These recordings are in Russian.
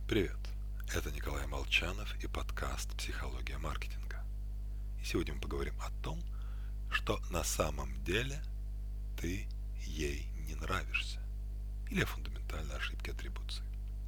Привет! Это Николай Молчанов и подкаст «Психология маркетинга». И сегодня мы поговорим о том, что на самом деле ты ей не нравишься. Или о фундаментальной ошибке атрибуции.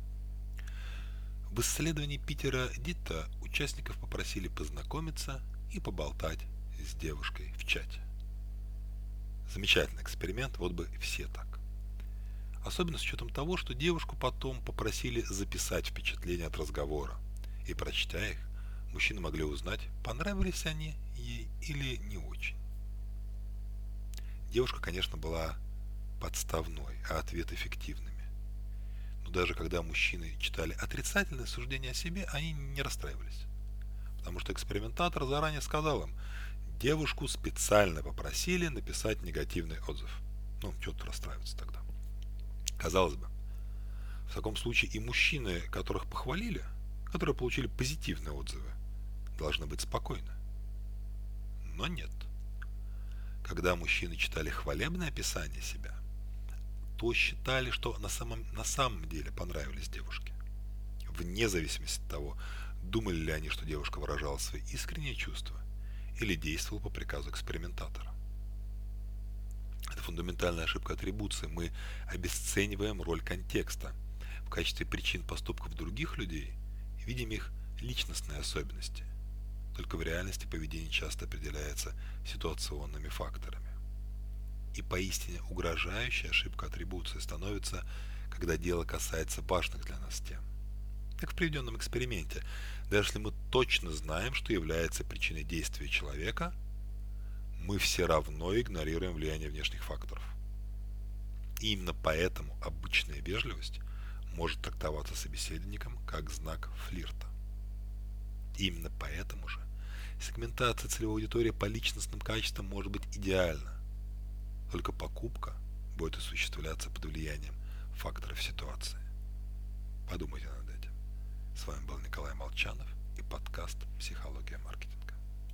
В исследовании Питера Дитта участников попросили познакомиться и поболтать с девушкой в чате. Замечательный эксперимент, вот бы все так. Особенно с учетом того, что девушку потом попросили записать впечатления от разговора. И прочтя их, мужчины могли узнать, понравились они ей или не очень. Девушка, конечно, была подставной, а ответы фиктивными. Но даже когда мужчины читали отрицательные суждения о себе, они не расстраивались. Потому что экспериментатор заранее сказал им, девушку специально попросили написать негативный отзыв. Ну, что-то расстраиваться тогда. Казалось бы, в таком случае и мужчины, которых похвалили, которые получили позитивные отзывы, должны быть спокойны. Но нет. Когда мужчины читали хвалебное описание себя, то считали, что на самом деле понравились девушке. Вне зависимости от того, думали ли они, что девушка выражала свои искренние чувства или действовала по приказу экспериментатора. Это фундаментальная ошибка атрибуции. Мы обесцениваем роль контекста в качестве причин поступков других людей и видим их личностные особенности. Только в реальности поведение часто определяется ситуационными факторами. И поистине угрожающая ошибка атрибуции становится, когда дело касается важных для нас тем. Как в приведенном эксперименте, даже если мы точно знаем, что является причиной действия человека, мы все равно игнорируем влияние внешних факторов. И именно поэтому обычная вежливость может трактоваться собеседником как знак флирта. И именно поэтому же сегментация целевой аудитории по личностным качествам может быть идеальна. Только покупка будет осуществляться под влиянием факторов ситуации.